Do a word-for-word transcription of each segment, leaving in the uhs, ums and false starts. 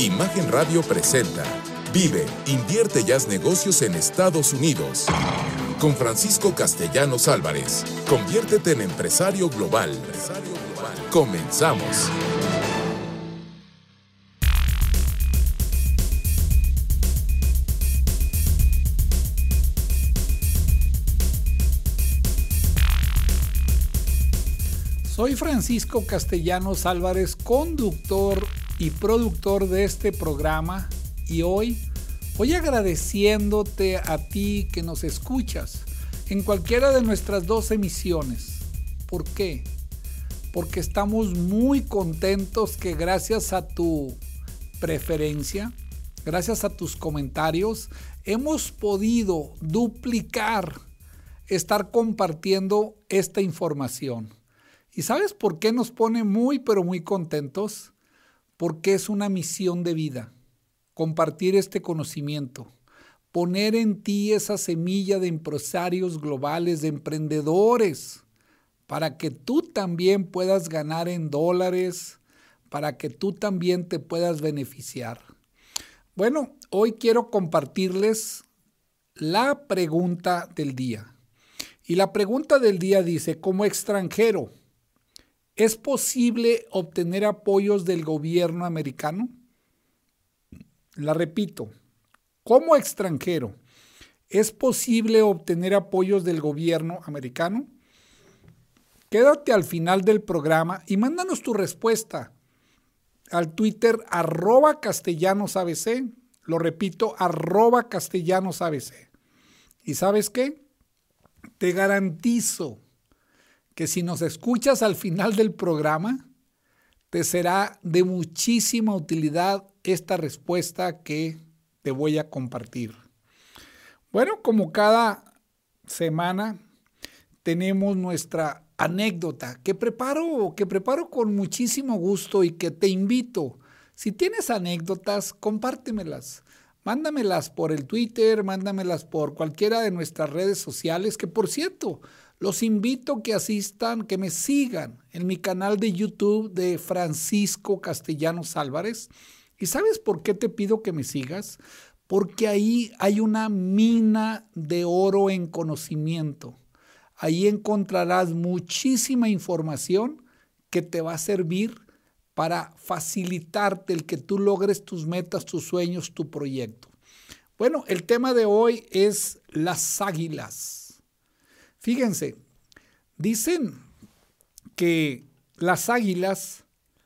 Imagen Radio presenta Vive, invierte y haz negocios en Estados Unidos. Con Francisco Castellanos Álvarez. Conviértete en empresario global. Comenzamos. Soy Francisco Castellanos Álvarez, conductor y productor de este programa, y hoy voy agradeciéndote a ti que nos escuchas en cualquiera de nuestras dos emisiones. ¿Por qué? Porque estamos muy contentos que gracias a tu preferencia, gracias a tus comentarios, hemos podido duplicar, estar compartiendo esta información. ¿Y sabes por qué nos pone muy, pero muy contentos? Porque es una misión de vida, compartir este conocimiento, poner en ti esa semilla de empresarios globales, de emprendedores, para que tú también puedas ganar en dólares, para que tú también te puedas beneficiar. Bueno, hoy quiero compartirles la pregunta del día. Y la pregunta del día dice, como extranjero, ¿es posible obtener apoyos del gobierno americano? La repito, como extranjero, ¿es posible obtener apoyos del gobierno americano? Quédate al final del programa y mándanos tu respuesta al Twitter arroba castellanosabc. Lo repito, arroba castellanosabc. ¿Y sabes qué? Te garantizo que si nos escuchas al final del programa, te será de muchísima utilidad esta respuesta que te voy a compartir. Bueno, como cada semana tenemos nuestra anécdota que preparo, que preparo con muchísimo gusto y que te invito. Si tienes anécdotas, compártemelas. Mándamelas por el Twitter, mándamelas por cualquiera de nuestras redes sociales, que por cierto, los invito a que asistan, que me sigan en mi canal de YouTube de Francisco Castellanos Álvarez. ¿Y sabes por qué te pido que me sigas? Porque ahí hay una mina de oro en conocimiento. Ahí encontrarás muchísima información que te va a servir para facilitarte el que tú logres tus metas, tus sueños, tu proyecto. Bueno, el tema de hoy es las águilas. Fíjense, dicen que las águilas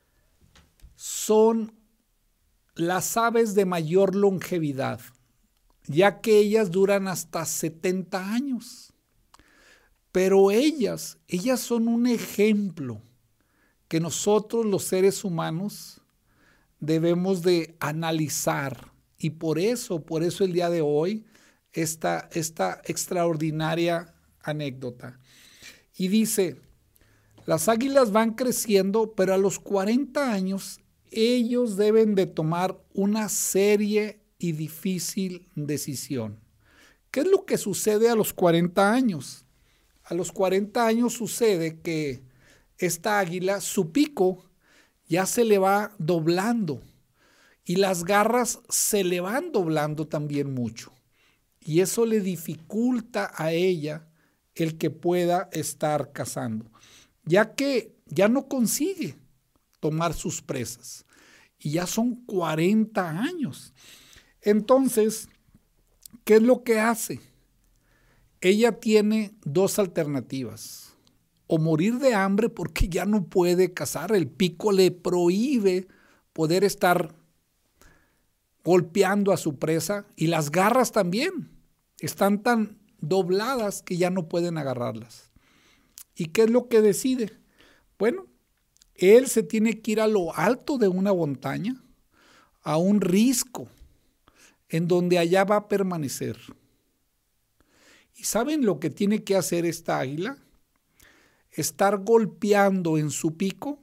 son las aves de mayor longevidad, ya que ellas duran hasta setenta años. Pero ellas, ellas son un ejemplo que nosotros los seres humanos debemos de analizar. Y por eso, por eso el día de hoy, esta, esta extraordinaria anécdota. Y dice, las águilas van creciendo, pero a los cuarenta años ellos deben de tomar una seria y difícil decisión. ¿Qué es lo que sucede a los cuarenta años? A los cuarenta años sucede que esta águila, su pico ya se le va doblando y las garras se le van doblando también mucho. Y eso le dificulta a ella el que pueda estar cazando, ya que ya no consigue tomar sus presas y ya son cuarenta años. Entonces, ¿qué es lo que hace? Ella tiene dos alternativas, o morir de hambre porque ya no puede cazar, el pico le prohíbe poder estar golpeando a su presa y las garras también están tan dobladas que ya no pueden agarrarlas. ¿Y qué es lo que decide? Bueno, él se tiene que ir a lo alto de una montaña, a un risco, en donde allá va a permanecer. ¿Y saben lo que tiene que hacer esta águila? Estar golpeando en su pico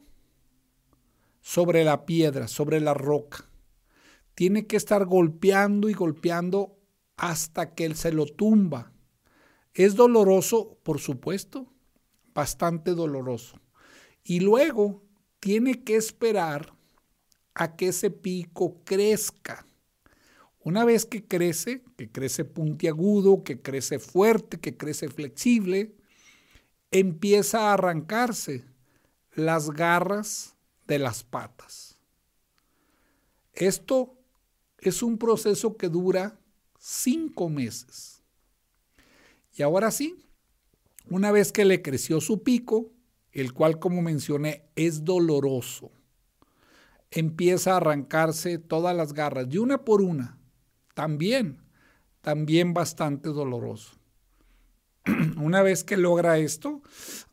sobre la piedra, sobre la roca. Tiene que estar golpeando y golpeando hasta que él se lo tumba. Es doloroso, por supuesto, bastante doloroso. Y luego tiene que esperar a que ese pico crezca. Una vez que crece, que crece puntiagudo, que crece fuerte, que crece flexible, empieza a arrancarse las garras de las patas. Esto es un proceso que dura cinco meses. Y ahora sí, una vez que le creció su pico, el cual, como mencioné, es doloroso, empieza a arrancarse todas las garras, de una por una, también, también bastante doloroso. Una vez que logra esto,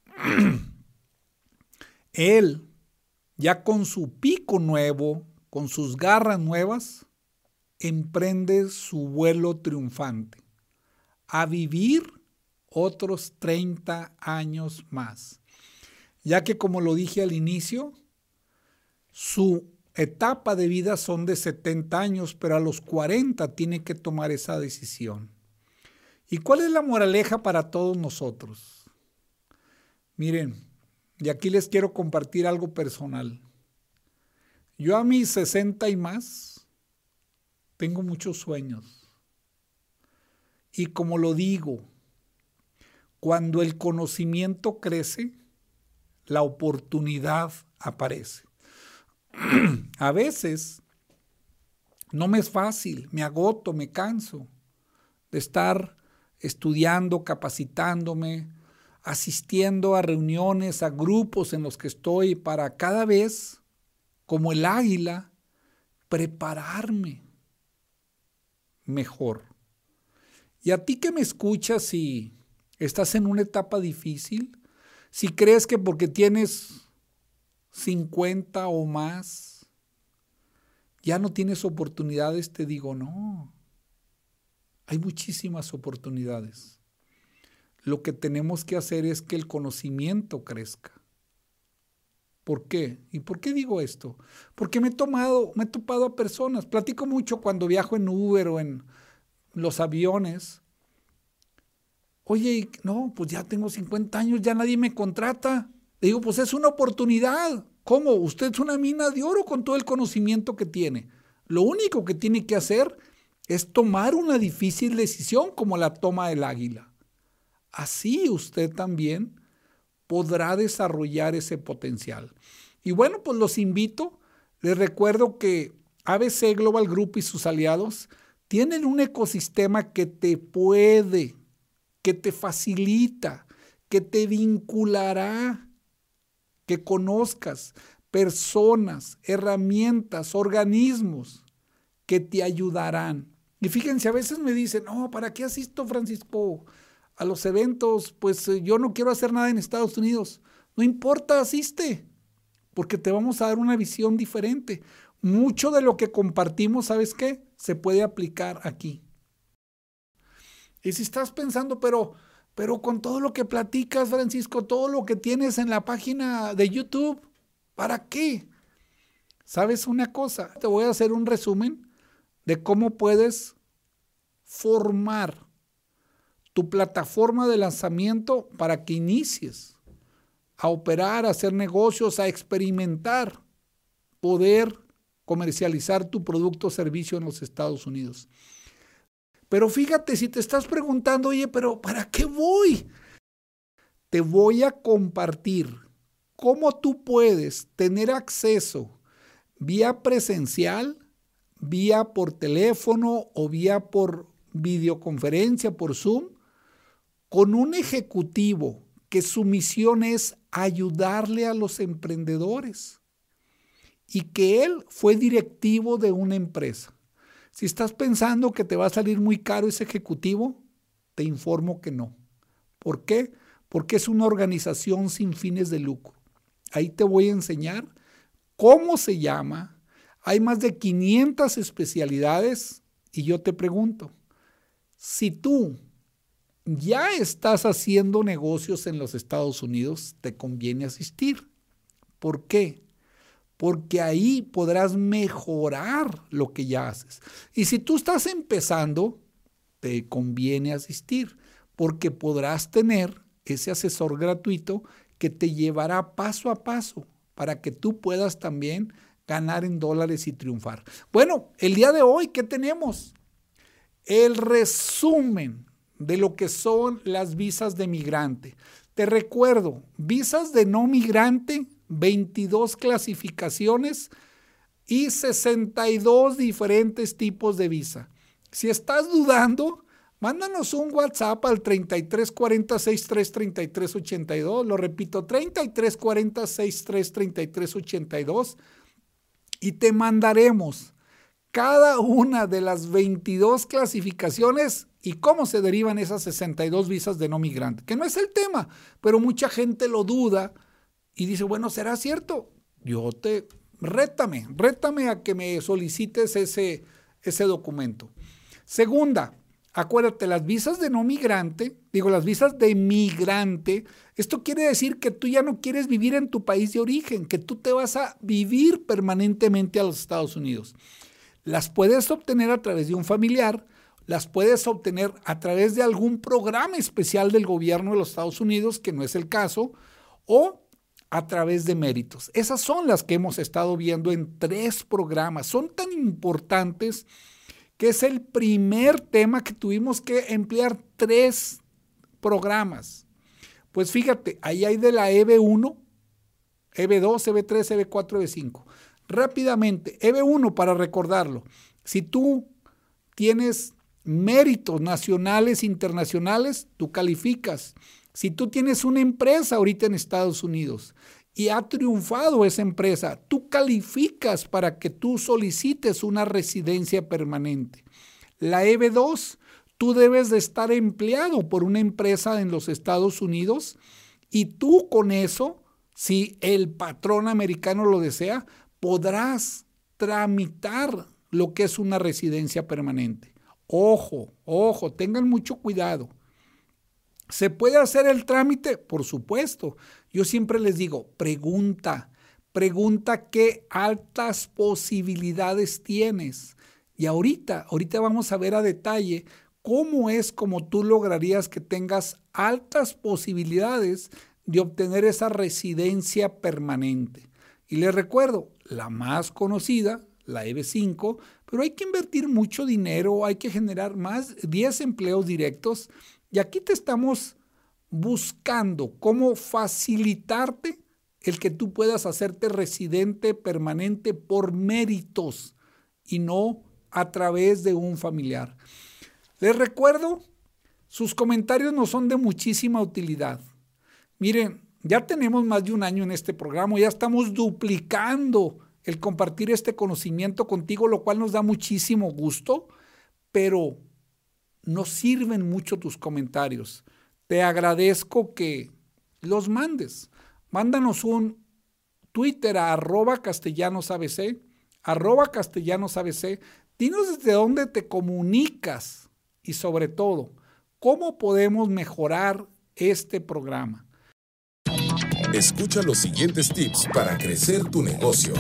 él, ya con su pico nuevo, con sus garras nuevas, emprende su vuelo triunfante a vivir otros treinta años más, ya que, como lo dije al inicio, su etapa de vida son de setenta años, pero a los cuarenta tiene que tomar esa decisión. ¿Y cuál es la moraleja para todos nosotros? Miren, y aquí les quiero compartir algo personal. Yo a mis sesenta y más tengo muchos sueños. Y como lo digo, cuando el conocimiento crece, la oportunidad aparece. A veces no me es fácil, me agoto, me canso de estar estudiando, capacitándome, asistiendo a reuniones, a grupos en los que estoy para cada vez, como el águila, prepararme mejor. Y a ti que me escuchas, si estás en una etapa difícil, si crees que porque tienes cincuenta o más, ya no tienes oportunidades, te digo, no. Hay muchísimas oportunidades. Lo que tenemos que hacer es que el conocimiento crezca. ¿Por qué? ¿Y por qué digo esto? Porque me he tomado, me he topado a personas, platico mucho cuando viajo en Uber o en los aviones. Oye, no, pues ya tengo cincuenta años, ya nadie me contrata. Le digo, pues es una oportunidad. ¿Cómo? Usted es una mina de oro con todo el conocimiento que tiene. Lo único que tiene que hacer es tomar una difícil decisión como la toma del águila. Así usted también podrá desarrollar ese potencial. Y bueno, pues los invito, les recuerdo que A B C Global Group y sus aliados tienen un ecosistema que te puede, que te facilita, que te vinculará, que conozcas personas, herramientas, organismos que te ayudarán. Y fíjense, a veces me dicen, no, ¿para qué asisto, Francisco, a los eventos? Pues eh, yo no quiero hacer nada en Estados Unidos. No importa, asiste, porque te vamos a dar una visión diferente. Mucho de lo que compartimos, ¿sabes qué? Se puede aplicar aquí. Y si estás pensando, pero, pero con todo lo que platicas, Francisco, todo lo que tienes en la página de YouTube, ¿para qué? ¿Sabes una cosa? Te voy a hacer un resumen de cómo puedes formar tu plataforma de lanzamiento para que inicies a operar, a hacer negocios, a experimentar, poder comercializar tu producto o servicio en los Estados Unidos. Pero fíjate, si te estás preguntando, oye, pero ¿para qué voy? Te voy a compartir cómo tú puedes tener acceso vía presencial, vía por teléfono o vía por videoconferencia, por Zoom, con un ejecutivo que su misión es ayudarle a los emprendedores y que él fue directivo de una empresa. Si estás pensando que te va a salir muy caro ese ejecutivo, te informo que no. ¿Por qué? Porque es una organización sin fines de lucro. Ahí te voy a enseñar cómo se llama. Hay más de quinientas especialidades y yo te pregunto, si tú ya estás haciendo negocios en los Estados Unidos, te conviene asistir. ¿Por qué? Porque ahí podrás mejorar lo que ya haces. Y si tú estás empezando, te conviene asistir, porque podrás tener ese asesor gratuito que te llevará paso a paso para que tú puedas también ganar en dólares y triunfar. Bueno, el día de hoy, ¿qué tenemos? El resumen de lo que son las visas de migrante. Te recuerdo, visas de no migrante, veintidós clasificaciones y sesenta y dos diferentes tipos de visa. Si estás dudando, mándanos un WhatsApp al treinta y tres cuarenta sesenta y tres treinta y tres ochenta y dos, lo repito, treinta y tres cuarenta sesenta y tres treinta y tres ochenta y dos, y te mandaremos cada una de las veintidós clasificaciones y cómo se derivan esas sesenta y dos visas de no migrante, que no es el tema, pero mucha gente lo duda y dice, bueno, ¿será cierto? Yo te, rétame, rétame a que me solicites ese, ese documento. Segunda, acuérdate, las visas de no migrante, digo, las visas de migrante, esto quiere decir que tú ya no quieres vivir en tu país de origen, que tú te vas a vivir permanentemente a los Estados Unidos. Las puedes obtener a través de un familiar, las puedes obtener a través de algún programa especial del gobierno de los Estados Unidos, que no es el caso, o a través de méritos. Esas son las que hemos estado viendo en tres programas. Son tan importantes que es el primer tema que tuvimos que emplear tres programas. Pues fíjate, ahí hay de la E B uno, E B dos, E B tres, E B cuatro, E B cinco. Rápidamente, E B uno para recordarlo. Si tú tienes méritos nacionales, internacionales, tú calificas. Si tú tienes una empresa ahorita en Estados Unidos y ha triunfado esa empresa, tú calificas para que tú solicites una residencia permanente. La E B dos, tú debes de estar empleado por una empresa en los Estados Unidos y tú con eso, si el patrón americano lo desea, podrás tramitar lo que es una residencia permanente. Ojo, ojo, tengan mucho cuidado. ¿Se puede hacer el trámite? Por supuesto. Yo siempre les digo, pregunta, pregunta qué altas posibilidades tienes. Y ahorita, ahorita vamos a ver a detalle cómo es como tú lograrías que tengas altas posibilidades de obtener esa residencia permanente. Y les recuerdo, la más conocida, la E B cinco, pero hay que invertir mucho dinero, hay que generar más de diez empleos directos. Y aquí te estamos buscando cómo facilitarte el que tú puedas hacerte residente permanente por méritos y no a través de un familiar. Les recuerdo, sus comentarios nos son de muchísima utilidad. Miren, ya tenemos más de un año en este programa, ya estamos duplicando el compartir este conocimiento contigo, lo cual nos da muchísimo gusto, pero nos sirven mucho tus comentarios. Te agradezco que los mandes. Mándanos un Twitter a arroba castellanosabc, arroba castellanosabc. Dinos desde dónde te comunicas y sobre todo, cómo podemos mejorar este programa. Escucha los siguientes tips para crecer tu negocio.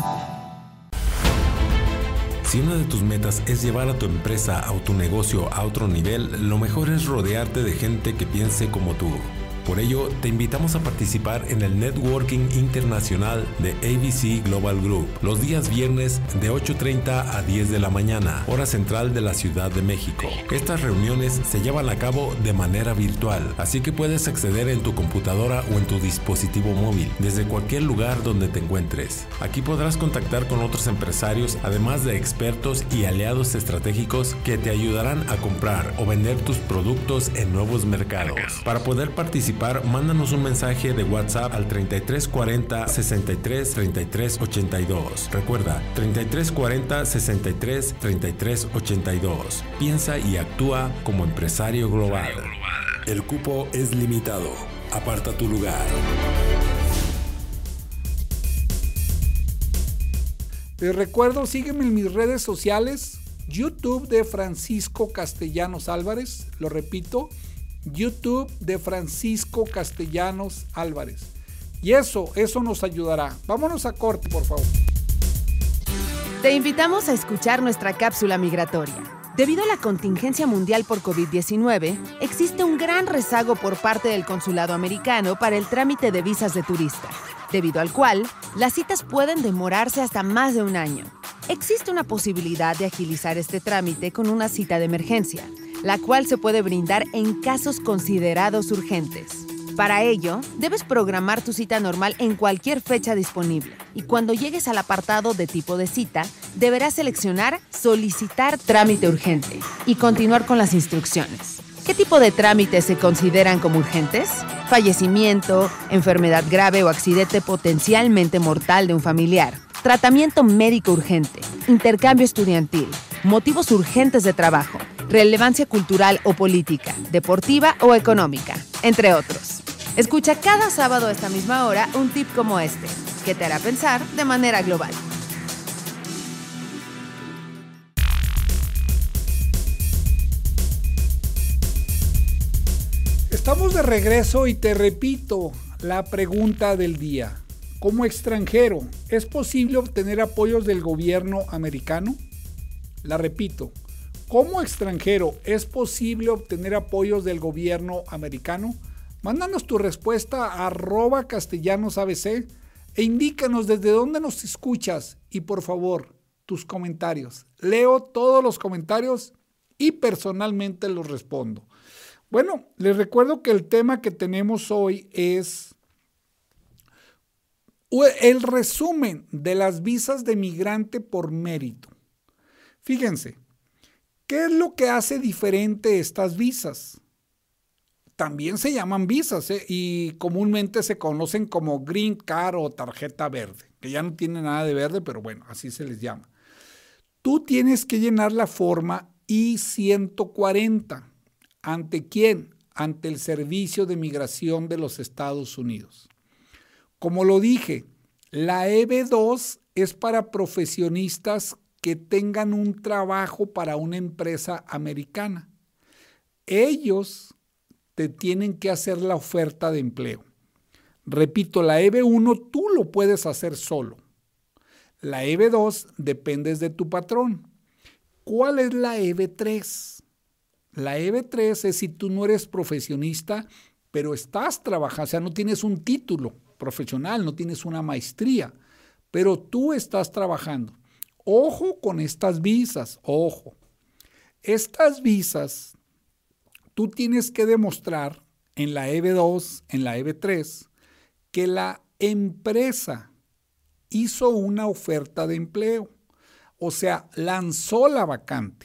Si una de tus metas es llevar a tu empresa o tu negocio a otro nivel, lo mejor es rodearte de gente que piense como tú. Por ello, te invitamos a participar en el Networking Internacional de A B C Global Group los días viernes de ocho treinta a diez de la mañana, hora central de la Ciudad de México. Estas reuniones se llevan a cabo de manera virtual, así que puedes acceder en tu computadora o en tu dispositivo móvil, desde cualquier lugar donde te encuentres. Aquí podrás contactar con otros empresarios, además de expertos y aliados estratégicos que te ayudarán a comprar o vender tus productos en nuevos mercados. Para poder participar, mándanos un mensaje de WhatsApp al treinta y tres cuarenta sesenta y tres treinta y tres ochenta y dos. Recuerda, treinta y tres cuarenta sesenta y tres treinta y tres ochenta y dos. Piensa y actúa como empresario global. El cupo es limitado. Aparta tu lugar. Te recuerdo, sígueme en mis redes sociales, YouTube de Francisco Castellanos Álvarez, lo repito, YouTube de Francisco Castellanos Álvarez. Y eso, eso nos ayudará. Vámonos a corte, por favor. Te invitamos a escuchar nuestra cápsula migratoria, Debido a la contingencia mundial por COVID diecinueve, existe un gran rezago por parte del consulado americano para el trámite de visas de turista, debido al cual las citas pueden demorarse hasta más de un año. Existe una posibilidad de agilizar este trámite con una cita de emergencia, la cual se puede brindar en casos considerados urgentes. Para ello, debes programar tu cita normal en cualquier fecha disponible y cuando llegues al apartado de tipo de cita, deberás seleccionar Solicitar trámite urgente y continuar con las instrucciones. ¿Qué tipo de trámites se consideran como urgentes? Fallecimiento, enfermedad grave o accidente potencialmente mortal de un familiar, tratamiento médico urgente, intercambio estudiantil, motivos urgentes de trabajo, relevancia cultural o política, deportiva o económica, entre otros. Escucha cada sábado a esta misma hora un tip como este, que te hará pensar de manera global. Estamos de regreso y te repito la pregunta del día. Como extranjero, ¿es posible obtener apoyos del gobierno americano? La repito. Como extranjero, ¿es posible obtener apoyos del gobierno americano? Mándanos tu respuesta a arroba castellanosabc e indícanos desde dónde nos escuchas y por favor, tus comentarios. Leo todos los comentarios y personalmente los respondo. Bueno, les recuerdo que el tema que tenemos hoy es el resumen de las visas de migrante por mérito. Fíjense, ¿qué es lo que hace diferente estas visas? También se llaman visas ¿eh? y comúnmente se conocen como Green Card o tarjeta verde, que ya no tiene nada de verde, pero bueno, así se les llama. Tú tienes que llenar la forma I ciento cuarenta. ¿Ante quién? Ante el Servicio de Migración de los Estados Unidos. Como lo dije, la E B dos es para profesionistas que tengan un trabajo para una empresa americana. Ellos te tienen que hacer la oferta de empleo. Repito, la E B uno tú lo puedes hacer solo. La E B dos dependes de tu patrón. ¿Cuál es la E B tres? La E B tres es si tú no eres profesionista, pero estás trabajando, o sea, no tienes un título profesional, no tienes una maestría, pero tú estás trabajando. Ojo con estas visas, ojo. Estas visas, tú tienes que demostrar en la E B dos, en la E B tres, que la empresa hizo una oferta de empleo, o sea, lanzó la vacante.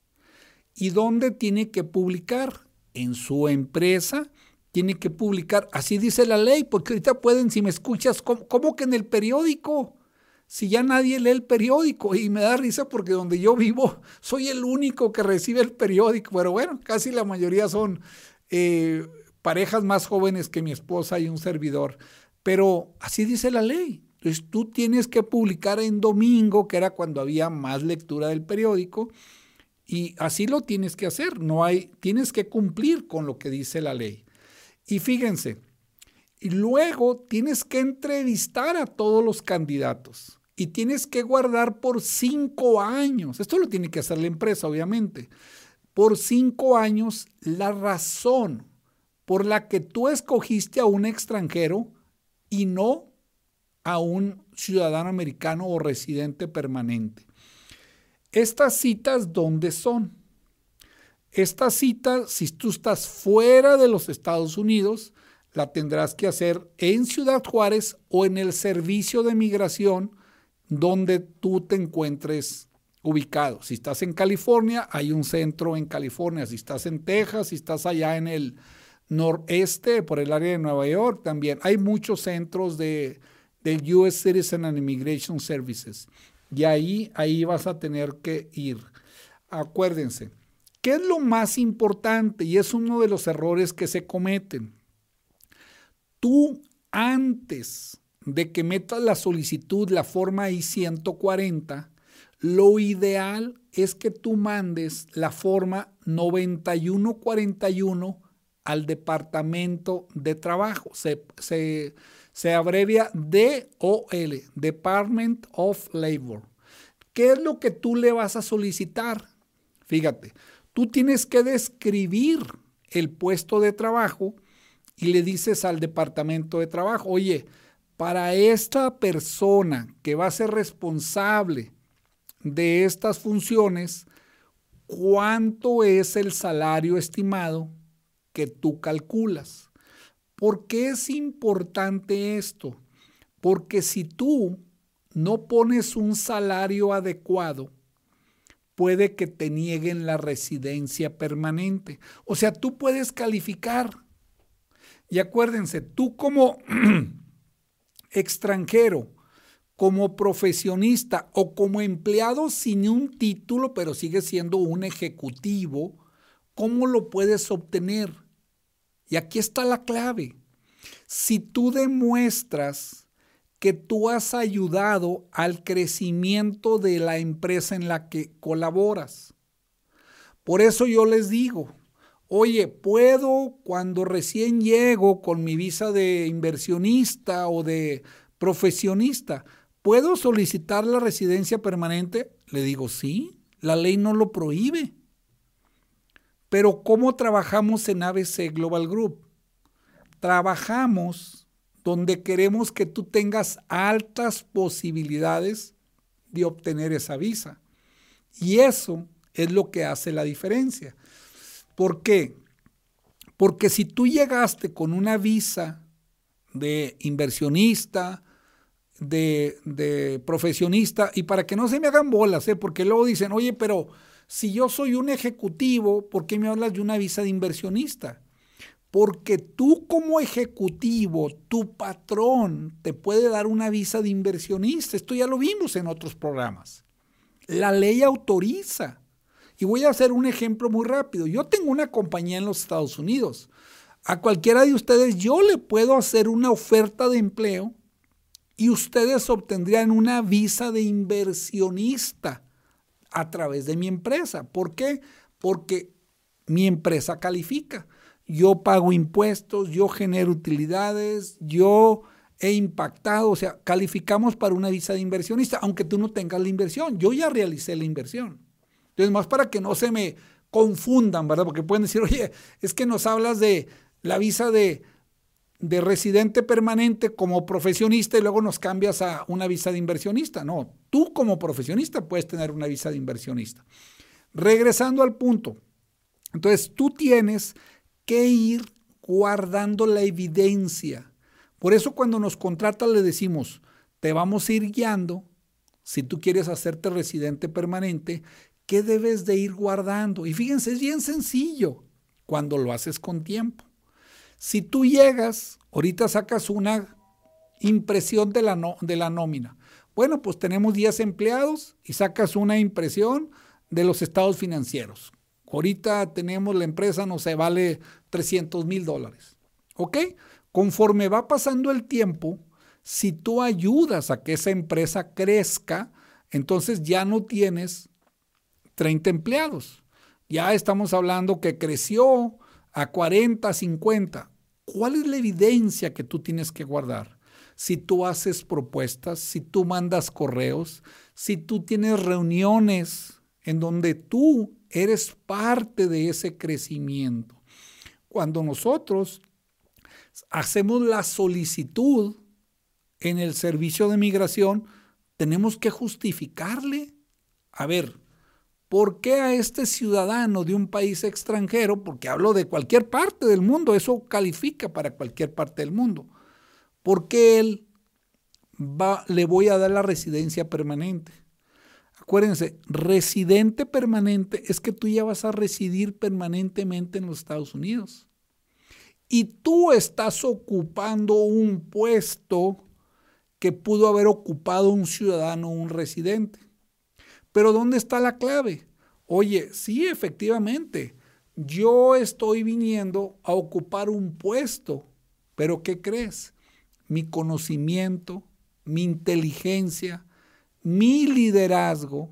¿Y dónde tiene que publicar? En su empresa tiene que publicar, así dice la ley, porque ahorita pueden, si me escuchas, ¿cómo, cómo que en el periódico? Si ya nadie lee el periódico, y me da risa porque donde yo vivo soy el único que recibe el periódico, pero bueno, casi la mayoría son eh, parejas más jóvenes que mi esposa y un servidor, pero así dice la ley. Entonces tú tienes que publicar en domingo, que era cuando había más lectura del periódico, y así lo tienes que hacer, no hay, tienes que cumplir con lo que dice la ley. Y fíjense, y luego tienes que entrevistar a todos los candidatos y tienes que guardar por cinco años, esto lo tiene que hacer la empresa obviamente, por cinco años la razón por la que tú escogiste a un extranjero y no a un ciudadano americano o residente permanente. Estas citas, ¿dónde son? Estas citas, si tú estás fuera de los Estados Unidos, la tendrás que hacer en Ciudad Juárez o en el servicio de migración donde tú te encuentres ubicado. Si estás en California, hay un centro en California. Si estás en Texas, si estás allá en el noreste, por el área de Nueva York, también hay muchos centros de, de U S Citizen and Immigration Services. Y ahí, ahí vas a tener que ir. Acuérdense, ¿qué es lo más importante? Y es uno de los errores que se cometen. Tú, antes de que metas la solicitud, la forma I ciento cuarenta, lo ideal es que tú mandes la forma noventa y uno cuarenta y uno al Departamento de Trabajo. Se, se, se abrevia D O L, Department of Labor. ¿Qué es lo que tú le vas a solicitar? Fíjate, tú tienes que describir el puesto de trabajo y le dices al departamento de trabajo, oye, para esta persona que va a ser responsable de estas funciones, ¿cuánto es el salario estimado que tú calculas? ¿Por qué es importante esto? Porque si tú no pones un salario adecuado, puede que te nieguen la residencia permanente. O sea, tú puedes calificar. Y acuérdense, tú como extranjero, como profesionista o como empleado sin un título, pero sigue siendo un ejecutivo, ¿cómo lo puedes obtener? Y aquí está la clave. Si tú demuestras que tú has ayudado al crecimiento de la empresa en la que colaboras. Por eso yo les digo, oye, puedo cuando recién llego con mi visa de inversionista o de profesionista, ¿puedo solicitar la residencia permanente? Le digo, sí, la ley no lo prohíbe. Pero ¿cómo trabajamos en A B C Global Group? Trabajamos donde queremos que tú tengas altas posibilidades de obtener esa visa. Y eso es lo que hace la diferencia. ¿Por qué? Porque si tú llegaste con una visa de inversionista, de, de profesionista, y para que no se me hagan bolas, ¿eh? Porque luego dicen, oye, pero si yo soy un ejecutivo, ¿por qué me hablas de una visa de inversionista? Porque tú como ejecutivo, tu patrón te puede dar una visa de inversionista. Esto ya lo vimos en otros programas. La ley autoriza. Y voy a hacer un ejemplo muy rápido. Yo tengo una compañía en los Estados Unidos. A cualquiera de ustedes yo le puedo hacer una oferta de empleo y ustedes obtendrían una visa de inversionista a través de mi empresa. ¿Por qué? Porque mi empresa califica. Yo pago impuestos, yo genero utilidades, yo he impactado, o sea, calificamos para una visa de inversionista, aunque tú no tengas la inversión. Yo ya realicé la inversión. Entonces, más para que no se me confundan, ¿verdad? Porque pueden decir, oye, es que nos hablas de la visa de, de residente permanente como profesionista y luego nos cambias a una visa de inversionista. No, tú como profesionista puedes tener una visa de inversionista. Regresando al punto, entonces tú tienes que ir guardando la evidencia. Por eso cuando nos contratan le decimos, te vamos a ir guiando, si tú quieres hacerte residente permanente, ¿qué debes de ir guardando? Y fíjense, es bien sencillo cuando lo haces con tiempo. Si tú llegas, ahorita sacas una impresión de la, no, de la nómina. Bueno, pues tenemos diez empleados y sacas una impresión de los estados financieros. Ahorita tenemos la empresa, no sé, vale trescientos mil dólares. ¿Ok? Conforme va pasando el tiempo, si tú ayudas a que esa empresa crezca, entonces ya no tienes treinta empleados. Ya estamos hablando que creció a cuarenta, cincuenta. ¿Cuál es la evidencia que tú tienes que guardar? Si tú haces propuestas, si tú mandas correos, si tú tienes reuniones en donde tú eres parte de ese crecimiento. Cuando nosotros hacemos la solicitud en el servicio de migración, tenemos que justificarle. A ver, ¿por qué a este ciudadano de un país extranjero? Porque hablo de cualquier parte del mundo, eso califica para cualquier parte del mundo. ¿Por qué él va, le voy a dar la residencia permanente? Acuérdense, residente permanente es que tú ya vas a residir permanentemente en los Estados Unidos. Y tú estás ocupando un puesto que pudo haber ocupado un ciudadano o un residente. Pero ¿dónde está la clave? Oye, sí, efectivamente, yo estoy viniendo a ocupar un puesto, pero ¿qué crees? Mi conocimiento, mi inteligencia, mi liderazgo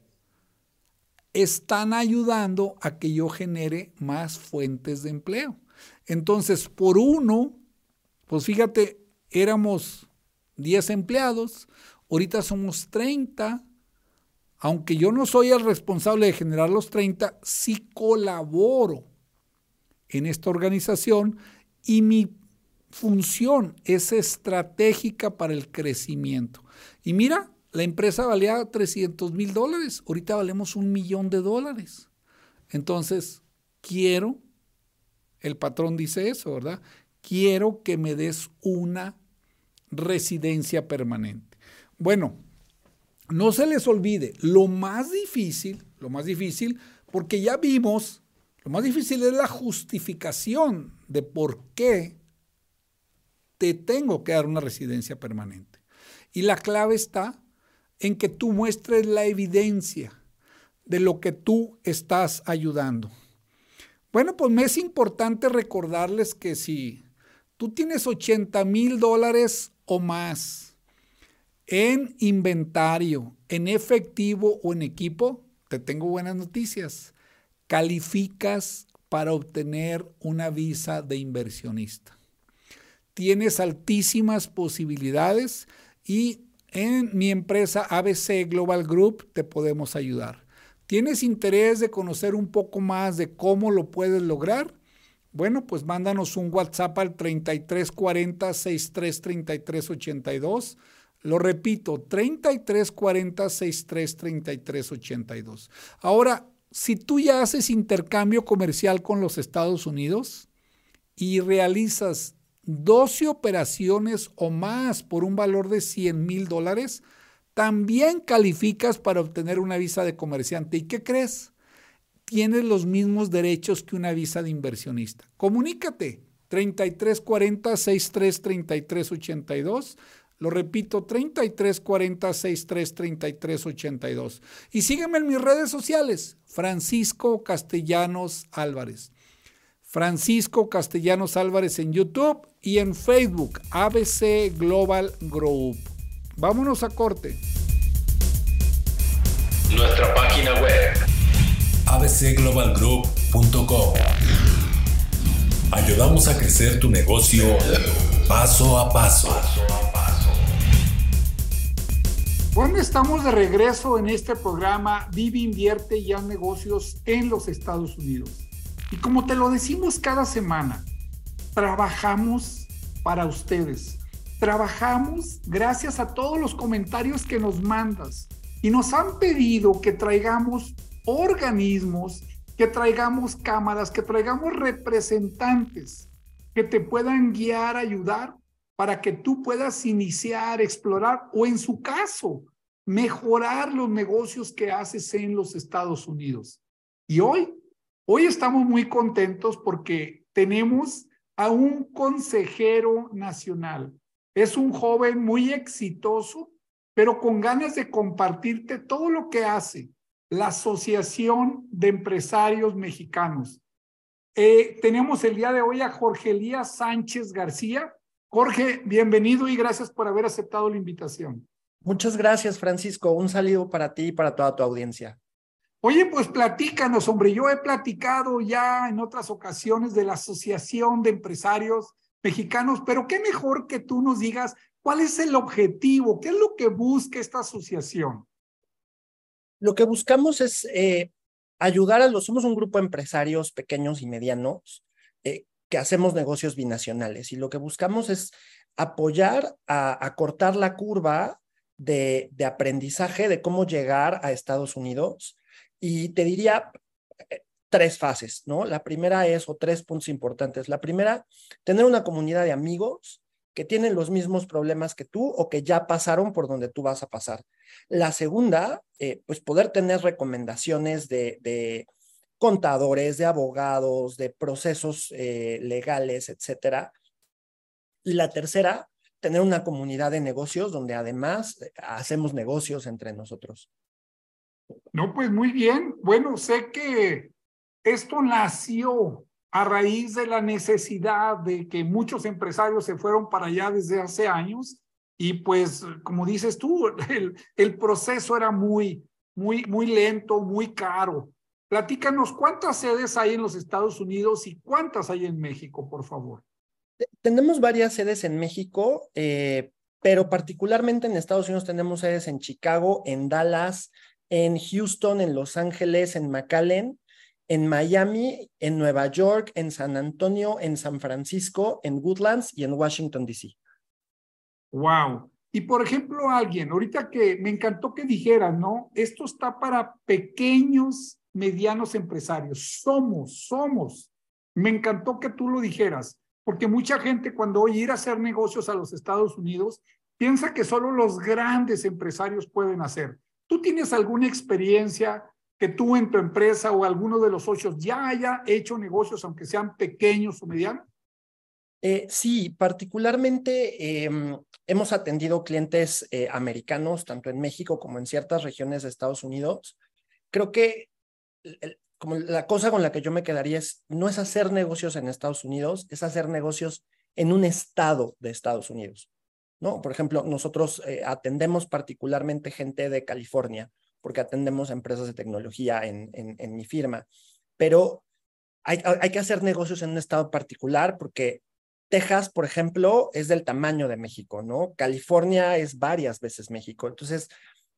están ayudando a que yo genere más fuentes de empleo. Entonces, por uno, pues fíjate, éramos diez empleados, ahorita somos treinta, aunque yo no soy el responsable de generar los treinta, sí colaboro en esta organización y mi función es estratégica para el crecimiento. Y mira, la empresa valía trescientos mil dólares, ahorita valemos un millón de dólares. Entonces, quiero, el patrón dice eso, ¿verdad? Quiero que me des una residencia permanente. Bueno, no se les olvide, lo más difícil, lo más difícil, porque ya vimos, lo más difícil es la justificación de por qué te tengo que dar una residencia permanente. Y la clave está en que tú muestres la evidencia de lo que tú estás ayudando. Bueno, pues me es importante recordarles que si tú tienes ochenta mil dólares o más en inventario, en efectivo o en equipo, te tengo buenas noticias. Calificas para obtener una visa de inversionista. Tienes altísimas posibilidades y en mi empresa A B C Global Group te podemos ayudar. ¿Tienes interés de conocer un poco más de cómo lo puedes lograr? Bueno, pues mándanos un WhatsApp al treinta y tres cuarenta, sesenta y tres, treinta y tres ochenta y dos. Lo repito, treinta y tres cuarenta, sesenta y tres, treinta y tres ochenta y dos. Ahora, si tú ya haces intercambio comercial con los Estados Unidos y realizas doce operaciones o más por un valor de cien mil dólares, también calificas para obtener una visa de comerciante. ¿Y qué crees? Tienes los mismos derechos que una visa de inversionista. Comunícate, treinta y tres cuarenta, sesenta y tres, treinta y tres ochenta y dos. Lo repito, treinta y tres cuarenta, sesenta y tres, treinta y tres ochenta y dos. Y sígueme en mis redes sociales, Francisco Castellanos Álvarez. Francisco Castellanos Álvarez en YouTube y en Facebook, A B C Global Group. Vámonos a corte. Nuestra página web a b c global group punto com. Ayudamos a crecer tu negocio paso a paso. Bueno, estamos de regreso en este programa Vive, Invierte y Haz Negocios en los Estados Unidos. Y como te lo decimos cada semana, trabajamos para ustedes. Trabajamos gracias a todos los comentarios que nos mandas. Y nos han pedido que traigamos organismos, que traigamos cámaras, que traigamos representantes que te puedan guiar, ayudar para que tú puedas iniciar, explorar o en su caso, mejorar los negocios que haces en los Estados Unidos. Y hoy, hoy estamos muy contentos porque tenemos a un consejero nacional. Es un joven muy exitoso, pero con ganas de compartirte todo lo que hace la Asociación de Empresarios Mexicanos. Eh, tenemos el día de hoy a Jorge Elías Sánchez García. Jorge, bienvenido y gracias por haber aceptado la invitación. Muchas gracias, Francisco. Un saludo para ti y para toda tu audiencia. Oye, pues platícanos, hombre. Yo he platicado ya en otras ocasiones de la Asociación de Empresarios Mexicanos, pero qué mejor que tú nos digas cuál es el objetivo, qué es lo que busca esta asociación. Lo que buscamos es eh, ayudar a los, somos un grupo de empresarios pequeños y medianos eh, que hacemos negocios binacionales y lo que buscamos es apoyar a, a cortar la curva de, de aprendizaje de cómo llegar a Estados Unidos y te diría eh, tres fases, ¿no? La primera es, o tres puntos importantes. La primera, tener una comunidad de amigos que tienen los mismos problemas que tú o que ya pasaron por donde tú vas a pasar. La segunda, eh, pues poder tener recomendaciones de, de contadores, de abogados, de procesos eh, legales, etcétera. Y la tercera, tener una comunidad de negocios donde además hacemos negocios entre nosotros. No, pues muy bien. Bueno, sé que esto nació a raíz de la necesidad de que muchos empresarios se fueron para allá desde hace años y pues, como dices tú, el, el proceso era muy, muy, muy lento, muy caro. Platícanos, ¿cuántas sedes hay en los Estados Unidos y cuántas hay en México, por favor? Tenemos varias sedes en México, eh, pero particularmente en Estados Unidos tenemos sedes en Chicago, en Dallas, en Houston, en Los Ángeles, en McAllen, en Miami, en Nueva York, en San Antonio, en San Francisco, en Woodlands y en Washington, D C. Wow. Y por ejemplo, alguien, ahorita que me encantó que dijeras, ¿no? Esto está para pequeños, medianos empresarios. Somos, somos. Me encantó que tú lo dijeras, porque mucha gente cuando oye ir a hacer negocios a los Estados Unidos, piensa que solo los grandes empresarios pueden hacer. ¿Tú tienes alguna experiencia que tú en tu empresa o alguno de los socios ya haya hecho negocios, aunque sean pequeños o medianos? Eh, sí, particularmente eh, hemos atendido clientes eh, americanos, tanto en México como en ciertas regiones de Estados Unidos. Creo que el, como la cosa con la que yo me quedaría es, no es hacer negocios en Estados Unidos, es hacer negocios en un estado de Estados Unidos, ¿no? Por ejemplo, nosotros eh, atendemos particularmente gente de California, porque atendemos empresas de tecnología en, en, en mi firma, pero hay, hay que hacer negocios en un estado particular porque Texas, por ejemplo, es del tamaño de México, ¿no? California es varias veces México. Entonces,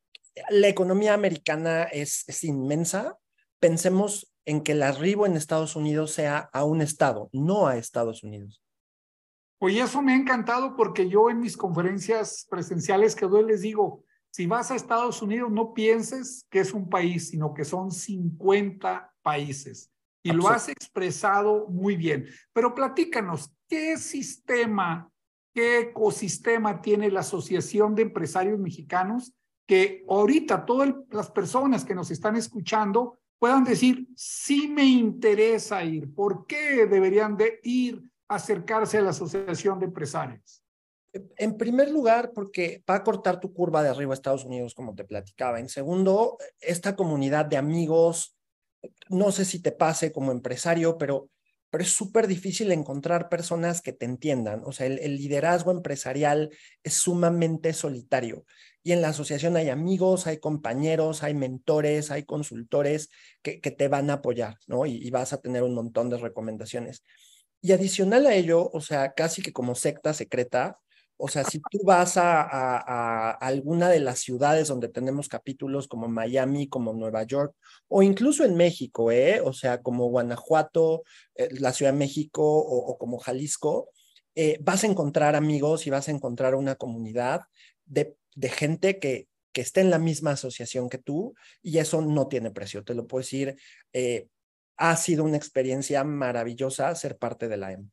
la economía americana es, es inmensa. Pensemos en que el arribo en Estados Unidos sea a un estado, no a Estados Unidos. Oye, eso me ha encantado porque yo en mis conferencias presenciales que doy les digo, si vas a Estados Unidos no pienses que es un país, sino que son cincuenta países. Y lo has expresado muy bien. Pero platícanos, ¿qué sistema, qué ecosistema tiene la Asociación de Empresarios Mexicanos que ahorita todas las personas que nos están escuchando puedan decir, sí me interesa ir? ¿Por qué deberían de ir a acercarse a la Asociación de Empresarios? En primer lugar, porque va a cortar tu curva de arriba a Estados Unidos, como te platicaba. En segundo, esta comunidad de amigos, no sé si te pase como empresario, pero, pero es súper difícil encontrar personas que te entiendan. O sea, el, el liderazgo empresarial es sumamente solitario. Y en la asociación hay amigos, hay compañeros, hay mentores, hay consultores que, que te van a apoyar, ¿no? Y, y vas a tener un montón de recomendaciones. Y adicional a ello, o sea, casi que como secta secreta, o sea, si tú vas a, a, a alguna de las ciudades donde tenemos capítulos como Miami, como Nueva York, o incluso en México, ¿eh? O sea, como Guanajuato, eh, la Ciudad de México o, o como Jalisco, eh, vas a encontrar amigos y vas a encontrar una comunidad de, de gente que, que esté en la misma asociación que tú, y eso no tiene precio, te lo puedo decir. Eh, ha sido una experiencia maravillosa ser parte de la E M.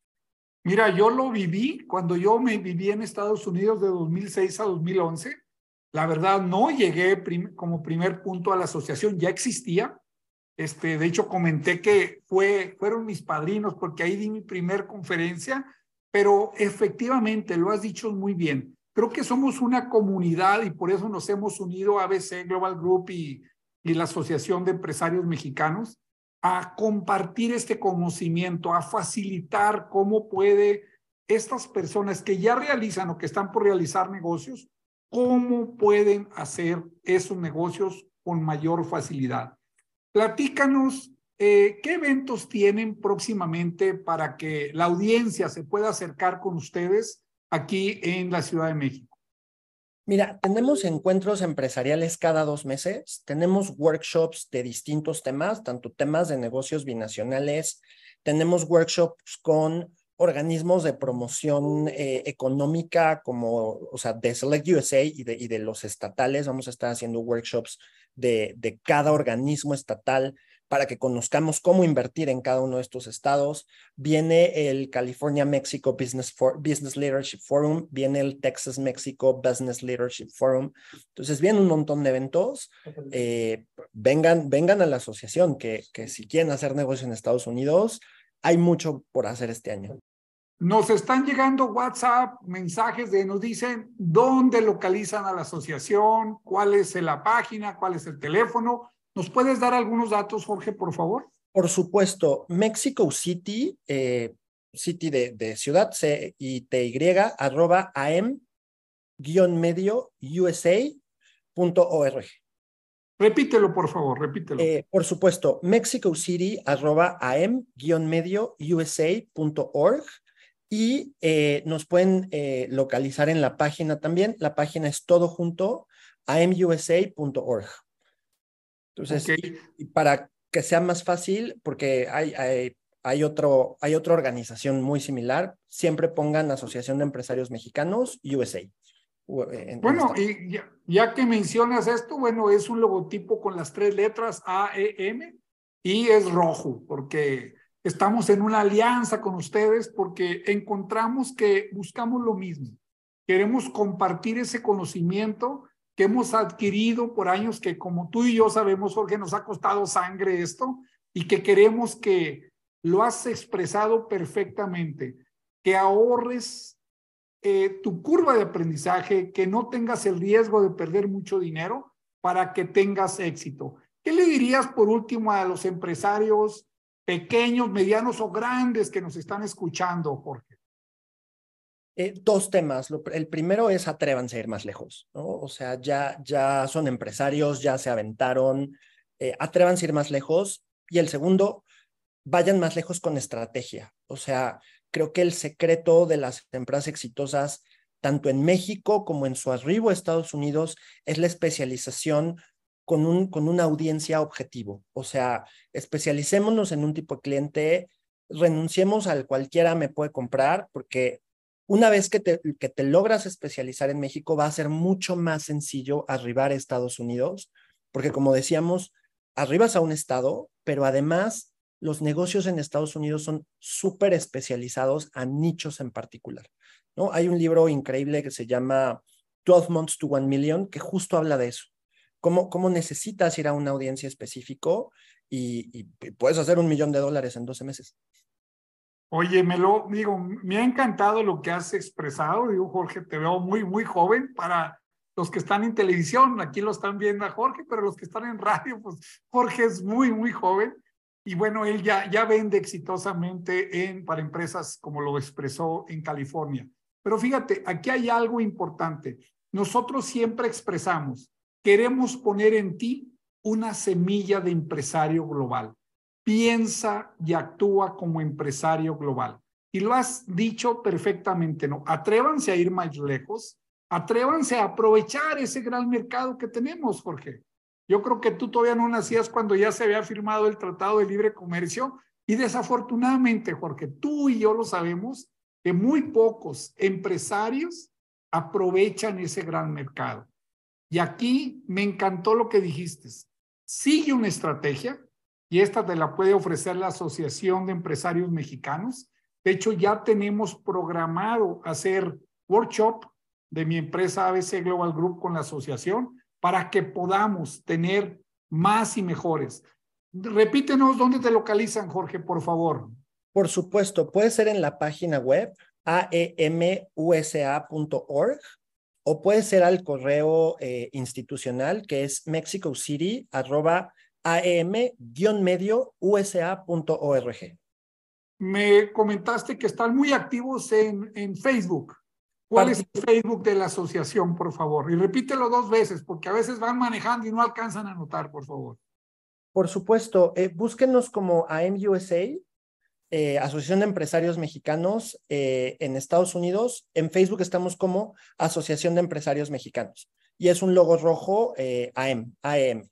Mira, yo lo viví cuando yo me viví en Estados Unidos de dos mil seis a dos mil once. La verdad, no llegué prim como primer punto a la asociación, ya existía. Este, de hecho, comenté que fue, fueron mis padrinos porque ahí di mi primer conferencia, pero efectivamente, lo has dicho muy bien. Creo que somos una comunidad y por eso nos hemos unido a A B C Global Group y, y la Asociación de Empresarios Mexicanos a compartir este conocimiento, a facilitar cómo puede estas personas que ya realizan o que están por realizar negocios, cómo pueden hacer esos negocios con mayor facilidad. Platícanos, eh, ¿qué eventos tienen próximamente para que la audiencia se pueda acercar con ustedes aquí en la Ciudad de México? Mira, tenemos encuentros empresariales cada dos meses, tenemos workshops de distintos temas, tanto temas de negocios binacionales, tenemos workshops con organismos de promoción eh, económica como, o sea, de Select U S A y de, y de los estatales. Vamos a estar haciendo workshops de, de cada organismo estatal para que conozcamos cómo invertir en cada uno de estos estados. Viene el California Mexico Business, For, Business Leadership Forum, viene el Texas Mexico Business Leadership Forum. Entonces vienen un montón de eventos. Eh, vengan, vengan a la asociación, que, que si quieren hacer negocio en Estados Unidos, hay mucho por hacer este año. Nos están llegando WhatsApp, mensajes de nos dicen dónde localizan a la asociación, cuál es la página, cuál es el teléfono. ¿Nos puedes dar algunos datos, Jorge, por favor? Por supuesto, Mexico City, eh, City de, de ciudad, C I T Y, arroba A M guión medio U S A punto org. Repítelo, por favor, repítelo. Eh, por supuesto, Mexico City, arroba A M guión medio U S A punto org. Y eh, nos pueden eh, localizar en la página también. La página es todo junto, A M U S A punto org. Entonces, Okay. y, y para que sea más fácil, porque hay, hay, hay, otro, hay otra organización muy similar, siempre pongan Asociación de Empresarios Mexicanos, U S A. En, Bueno, en y ya, ya que mencionas esto, bueno, es un logotipo con las tres letras A E M y es rojo, porque estamos en una alianza con ustedes, porque encontramos que buscamos lo mismo. Queremos compartir ese conocimiento que hemos adquirido por años, que como tú y yo sabemos, Jorge, nos ha costado sangre esto, y que queremos que lo has expresado perfectamente, que ahorres Eh, tu curva de aprendizaje, que no tengas el riesgo de perder mucho dinero para que tengas éxito. ¿Qué le dirías por último a los empresarios pequeños, medianos o grandes que nos están escuchando, Jorge? Eh, dos temas. Lo, el primero es atrévanse a ir más lejos, ¿no? O sea, ya, ya son empresarios, ya se aventaron, eh, atrévanse a ir más lejos. Y el segundo, vayan más lejos con estrategia. O sea, creo que el secreto de las empresas exitosas, tanto en México como en su arribo a Estados Unidos, es la especialización con, un, con una audiencia objetivo. O sea, especialicémonos en un tipo de cliente, renunciemos al cualquiera me puede comprar, porque una vez que te, que te logras especializar en México, va a ser mucho más sencillo arribar a Estados Unidos, porque como decíamos, arribas a un estado, pero además los negocios en Estados Unidos son súper especializados a nichos en particular, ¿no? Hay un libro increíble que se llama twelve months to one million, que justo habla de eso. Cómo, cómo necesitas ir a una audiencia específico y, y, y puedes hacer un millón de dólares en doce meses. Oye, me lo digo, me ha encantado lo que has expresado. Digo, Jorge, te veo muy, muy joven para los que están en televisión. Aquí lo están viendo a Jorge, pero los que están en radio, pues Jorge es muy, muy joven. Y bueno, él ya, ya vende exitosamente en, para empresas, como lo expresó en California. Pero fíjate, aquí hay algo importante. Nosotros siempre expresamos, queremos poner en ti una semilla de empresario global. Piensa y actúa como empresario global. Y lo has dicho perfectamente, ¿no? Atrévanse a ir más lejos, atrévanse a aprovechar ese gran mercado que tenemos, Jorge. Yo creo que tú todavía no nacías cuando ya se había firmado el Tratado de Libre Comercio y desafortunadamente, Jorge, tú y yo lo sabemos, que muy pocos empresarios aprovechan ese gran mercado. Y aquí me encantó lo que dijiste. Sigue una estrategia y esta te la puede ofrecer la Asociación de Empresarios Mexicanos. De hecho, ya tenemos programado hacer workshop de mi empresa A B C Global Group con la asociación, para que podamos tener más y mejores. Repítenos dónde te localizan, Jorge, por favor. Por supuesto, puede ser en la página web a e m u s a punto org o puede ser al correo eh, institucional que es mexicocity arroba a e m guion medio u s a punto org. Me comentaste que están muy activos en, en Facebook. ¿Cuál es el Facebook de la asociación, por favor? Y repítelo dos veces, porque a veces van manejando y no alcanzan a anotar, por favor. Por supuesto, eh, búsquenos como A M U S A, eh, Asociación de Empresarios Mexicanos eh, en Estados Unidos. En Facebook estamos como Asociación de Empresarios Mexicanos. Y es un logo rojo eh, A M, A E M.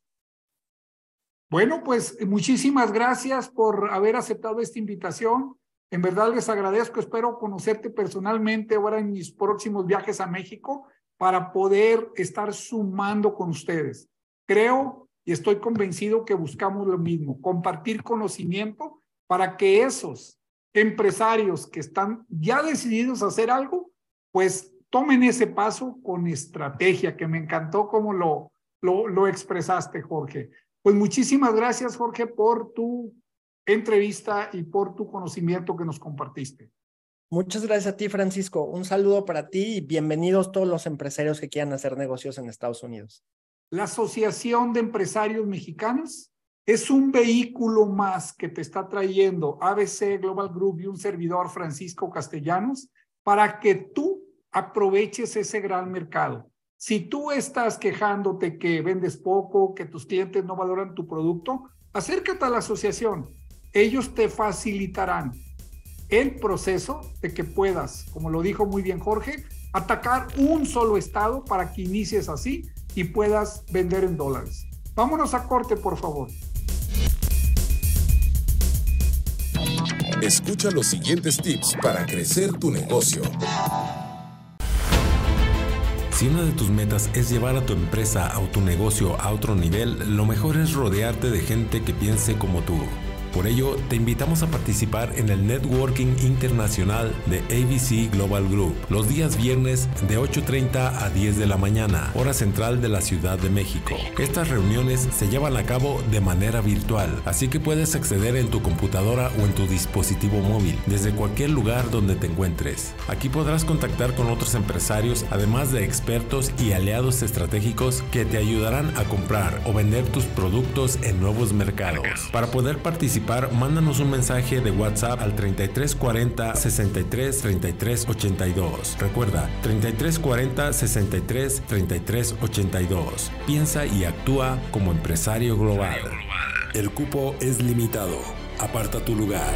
Bueno, pues muchísimas gracias por haber aceptado esta invitación. En verdad les agradezco, espero conocerte personalmente ahora en mis próximos viajes a México para poder estar sumando con ustedes. Creo y estoy convencido que buscamos lo mismo, compartir conocimiento para que esos empresarios que están ya decididos a hacer algo, pues tomen ese paso con estrategia, que me encantó cómo lo, lo, lo expresaste, Jorge. Pues muchísimas gracias, Jorge, por tu entrevista y por tu conocimiento que nos compartiste. Muchas gracias a ti, Francisco. Un saludo para ti y bienvenidos todos los empresarios que quieran hacer negocios en Estados Unidos. La Asociación de Empresarios Mexicanos es un vehículo más que te está trayendo A B C Global Group y un servidor, Francisco Castellanos, para que tú aproveches ese gran mercado. Si tú estás quejándote que vendes poco, que tus clientes no valoran tu producto, acércate a la asociación. Ellos te facilitarán el proceso de que puedas, como lo dijo muy bien Jorge, atacar un solo estado para que inicies así y puedas vender en dólares. Vámonos a corte, por favor. Escucha los siguientes tips para crecer tu negocio. Si una de tus metas es llevar a tu empresa o tu negocio a otro nivel, lo mejor es rodearte de gente que piense como tú. Por ello, te invitamos a participar en el Networking Internacional de A B C Global Group los días viernes de ocho treinta a diez de la mañana, hora central de la Ciudad de México. Estas reuniones se llevan a cabo de manera virtual, así que puedes acceder en tu computadora o en tu dispositivo móvil, desde cualquier lugar donde te encuentres. Aquí podrás contactar con otros empresarios, además de expertos y aliados estratégicos que te ayudarán a comprar o vender tus productos en nuevos mercados. Para poder participar, mándanos un mensaje de WhatsApp al treinta y tres cuarenta, sesenta y tres, treinta y tres ochenta y dos. Recuerda, treinta y tres cuarenta, sesenta y tres, treinta y tres ochenta y dos. Piensa y actúa como empresario global. El cupo es limitado. Aparta tu lugar.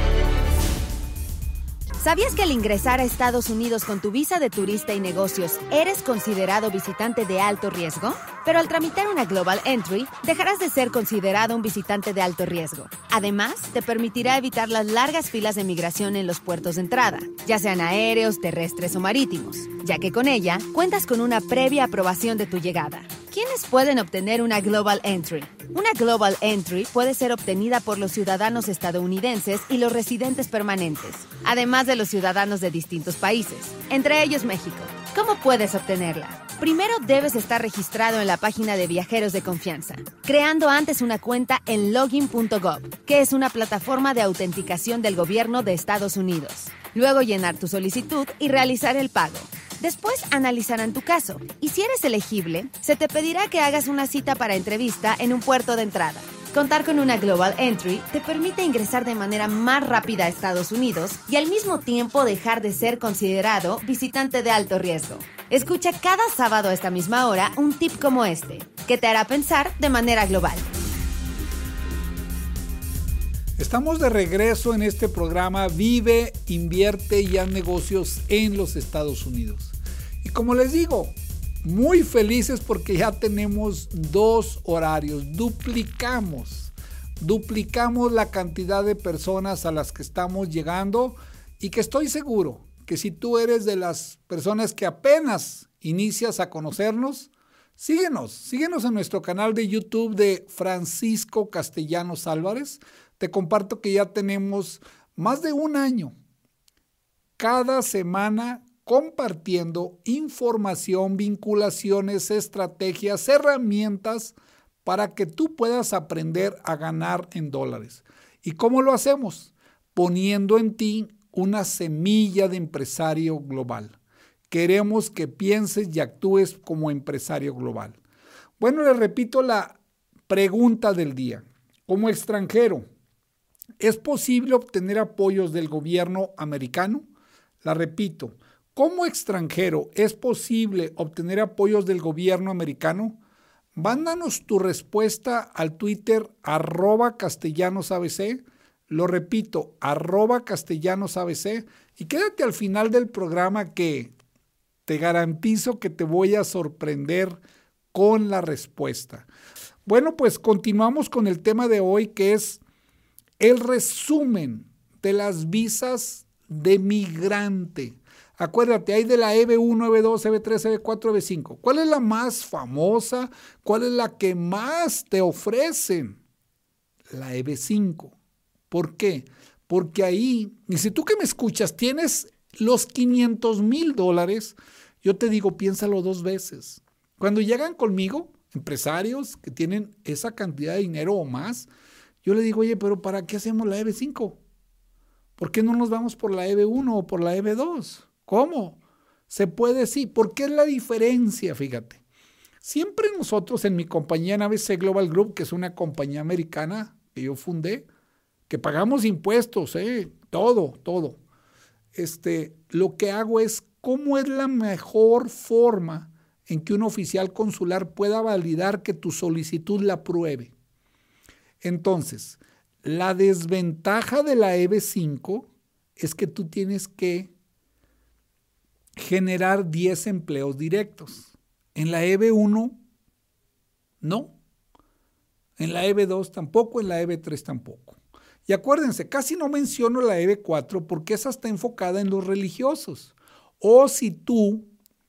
¿Sabías que al ingresar a Estados Unidos con tu visa de turista y negocios eres considerado visitante de alto riesgo? Pero al tramitar una Global Entry, dejarás de ser considerado un visitante de alto riesgo. Además, te permitirá evitar las largas filas de migración en los puertos de entrada, ya sean aéreos, terrestres o marítimos, ya que con ella cuentas con una previa aprobación de tu llegada. ¿Quiénes pueden obtener una Global Entry? Una Global Entry puede ser obtenida por los ciudadanos estadounidenses y los residentes permanentes, además de los ciudadanos de distintos países, entre ellos México. ¿Cómo puedes obtenerla? Primero debes estar registrado en la página de Viajeros de Confianza, creando antes una cuenta en login punto gov, que es una plataforma de autenticación del gobierno de Estados Unidos. Luego llenar tu solicitud y realizar el pago. Después analizarán tu caso y si eres elegible, se te pedirá que hagas una cita para entrevista en un puerto de entrada. Contar con una Global Entry te permite ingresar de manera más rápida a Estados Unidos y al mismo tiempo dejar de ser considerado visitante de alto riesgo. Escucha cada sábado a esta misma hora un tip como este, que te hará pensar de manera global. Estamos de regreso en este programa Vive, Invierte y Haz Negocios en los Estados Unidos. Y como les digo, muy felices porque ya tenemos dos horarios, duplicamos, duplicamos la cantidad de personas a las que estamos llegando y que estoy seguro que si tú eres de las personas que apenas inicias a conocernos, síguenos, síguenos en nuestro canal de YouTube de Francisco Castellanos Álvarez. Te comparto que ya tenemos más de un año cada semana compartiendo información, vinculaciones, estrategias, herramientas para que tú puedas aprender a ganar en dólares. ¿Y cómo lo hacemos? Poniendo en ti una semilla de empresario global. Queremos que pienses y actúes como empresario global. Bueno, les repito la pregunta del día. Como extranjero, ¿es posible obtener apoyos del gobierno americano? La repito, ¿como extranjero es posible obtener apoyos del gobierno americano? Mándanos tu respuesta al Twitter arroba castellanosabc, lo repito, arroba castellanosabc, y quédate al final del programa que te garantizo que te voy a sorprender con la respuesta. Bueno, pues continuamos con el tema de hoy, que es el resumen de las visas de migrante. Acuérdate, hay de la E B uno, E B dos, E B tres, E B cuatro, E B cinco. ¿Cuál es la más famosa? ¿Cuál es la que más te ofrecen? La E B cinco. ¿Por qué? Porque ahí, y si tú que me escuchas tienes los quinientos mil dólares, yo te digo, piénsalo dos veces. Cuando llegan conmigo, empresarios que tienen esa cantidad de dinero o más, yo le digo, oye, pero ¿para qué hacemos la E B cinco? ¿Por qué no nos vamos por la E B uno o por la E B dos? ¿Cómo? Se puede, sí. ¿Por qué es la diferencia? Fíjate. Siempre nosotros en mi compañía en A B C Global Group, que es una compañía americana que yo fundé, que pagamos impuestos, ¿eh? todo, todo. Este, lo que hago es cómo es la mejor forma en que un oficial consular pueda validar que tu solicitud la apruebe. Entonces, la desventaja de la E B cinco es que tú tienes que generar diez empleos directos. En la E B uno, no. En la E B dos tampoco, en la E B tres tampoco. Y acuérdense, casi no menciono la E B cuatro porque esa está enfocada en los religiosos. O si tú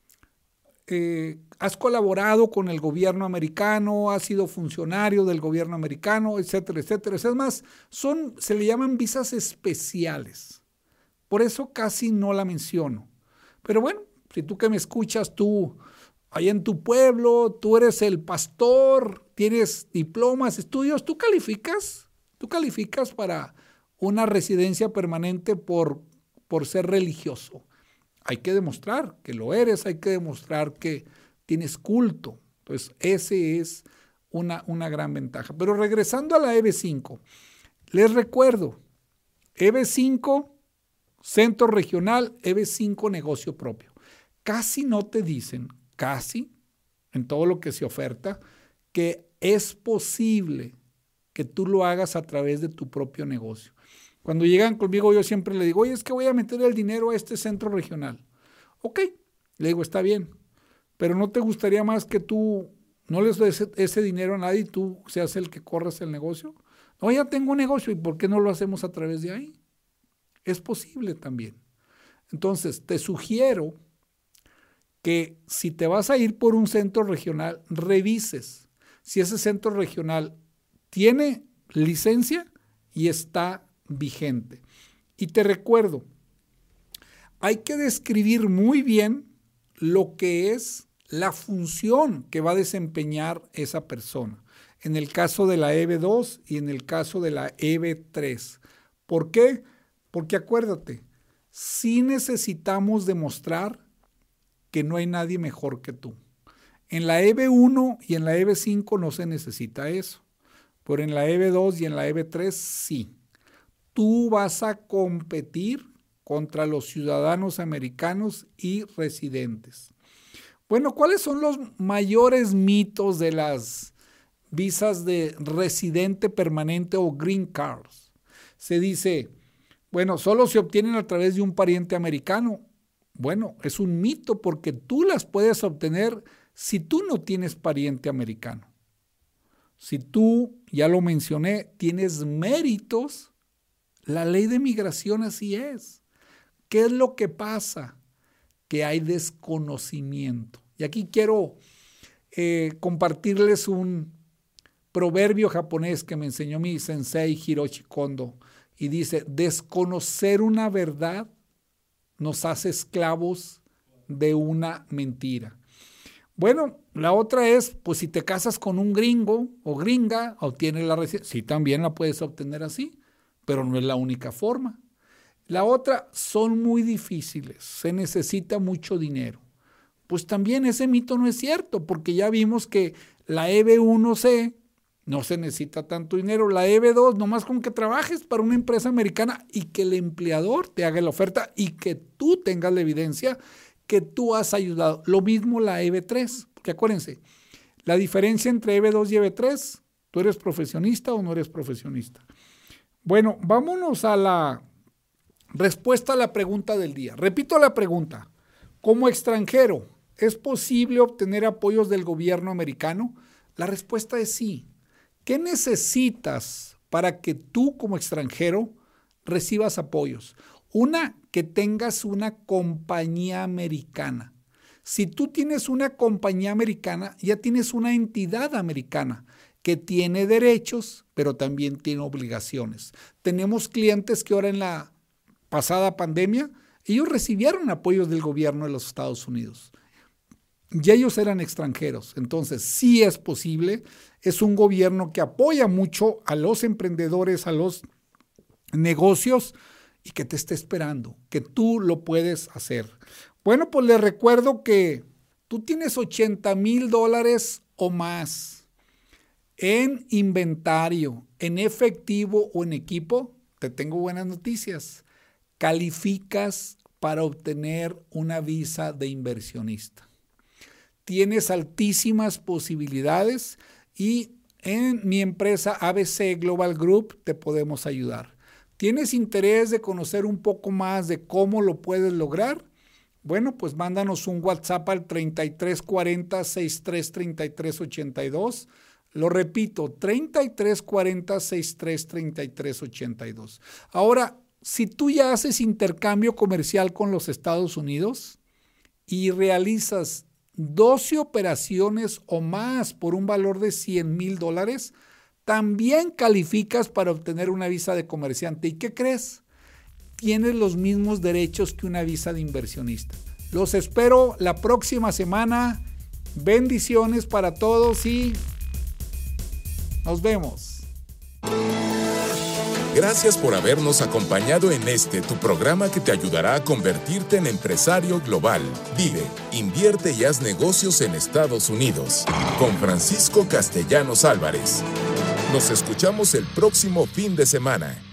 eh, has colaborado con el gobierno americano, has sido funcionario del gobierno americano, etcétera, etcétera. Es más, son, se le llaman visas especiales. Por eso casi no la menciono. Pero bueno, si tú que me escuchas, tú allá en tu pueblo, tú eres el pastor, tienes diplomas, estudios, tú calificas. Tú calificas para una residencia permanente por, por ser religioso. Hay que demostrar que lo eres, hay que demostrar que tienes culto. Entonces, ese es una, una gran ventaja. Pero regresando a la E B cinco, les recuerdo, E B cinco, centro regional, E B cinco, negocio propio. Casi no te dicen, casi, en todo lo que se oferta, que es posible que tú lo hagas a través de tu propio negocio. Cuando llegan conmigo, yo siempre le digo, oye, es que voy a meter el dinero a este centro regional. Ok, le digo, está bien, pero ¿no te gustaría más que tú no les des ese, ese dinero a nadie y tú seas el que corras el negocio? No, ya tengo un negocio, ¿y por qué no lo hacemos a través de ahí? Es posible también. Entonces, te sugiero que si te vas a ir por un centro regional, revises si ese centro regional tiene licencia y está vigente. Y te recuerdo, hay que describir muy bien lo que es la función que va a desempeñar esa persona. En el caso de la E B dos y en el caso de la E B tres. ¿Por qué? Porque acuérdate, sí necesitamos demostrar que no hay nadie mejor que tú. En la E B uno y en la E B cinco no se necesita eso. Pero en la E B dos y en la E B tres sí. Tú vas a competir contra los ciudadanos americanos y residentes. Bueno, ¿cuáles son los mayores mitos de las visas de residente permanente o green cards? Se dice, bueno, solo se obtienen a través de un pariente americano. Bueno, es un mito porque tú las puedes obtener si tú no tienes pariente americano. Si tú, ya lo mencioné, tienes méritos, la ley de migración así es. ¿Qué es lo que pasa? Que hay desconocimiento. Y aquí quiero eh, compartirles un proverbio japonés que me enseñó mi sensei Hiroshi Kondo. Y dice, desconocer una verdad nos hace esclavos de una mentira. Bueno, la otra es, pues si te casas con un gringo o gringa, obtienes la residencia. Sí, también la puedes obtener así, pero no es la única forma. La otra, son muy difíciles, se necesita mucho dinero. Pues también ese mito no es cierto, porque ya vimos que la E B uno C no se necesita tanto dinero. La E B dos, nomás con que trabajes para una empresa americana y que el empleador te haga la oferta y que tú tengas la evidencia que tú has ayudado. Lo mismo la E B tres, porque acuérdense, la diferencia entre E B dos y E B tres, ¿tú eres profesionista o no eres profesionista? Bueno, vámonos a la respuesta a la pregunta del día. Repito la pregunta. Como extranjero, ¿es posible obtener apoyos del gobierno americano? La respuesta es sí. ¿Qué necesitas para que tú como extranjero recibas apoyos? Una, que tengas una compañía americana. Si tú tienes una compañía americana, ya tienes una entidad americana que tiene derechos, pero también tiene obligaciones. Tenemos clientes que ahora en la pasada pandemia, ellos recibieron apoyos del gobierno de los Estados Unidos. Y ellos eran extranjeros. Entonces, sí es posible. Es un gobierno que apoya mucho a los emprendedores, a los negocios, y que te esté esperando, que tú lo puedes hacer. Bueno, pues les recuerdo que tú tienes ochenta mil dólares o más en inventario, en efectivo o en equipo. Te tengo buenas noticias. Calificas para obtener una visa de inversionista. Tienes altísimas posibilidades y en mi empresa A B C Global Group te podemos ayudar. ¿Tienes interés de conocer un poco más de cómo lo puedes lograr? Bueno, pues mándanos un WhatsApp al treinta y tres cuarenta, sesenta y tres, treinta y tres ochenta y dos. Lo repito, treinta y tres cuarenta, sesenta y tres, treinta y tres ochenta y dos. Ahora, si tú ya haces intercambio comercial con los Estados Unidos y realizas doce operaciones o más por un valor de cien mil dólares, también calificas para obtener una visa de comerciante. ¿Y qué crees? Tienes los mismos derechos que una visa de inversionista. Los espero la próxima semana. Bendiciones para todos y nos vemos. Gracias por habernos acompañado en este, tu programa que te ayudará a convertirte en empresario global. Vive, invierte y haz negocios en Estados Unidos. Con Francisco Castellanos Álvarez. Nos escuchamos el próximo fin de semana.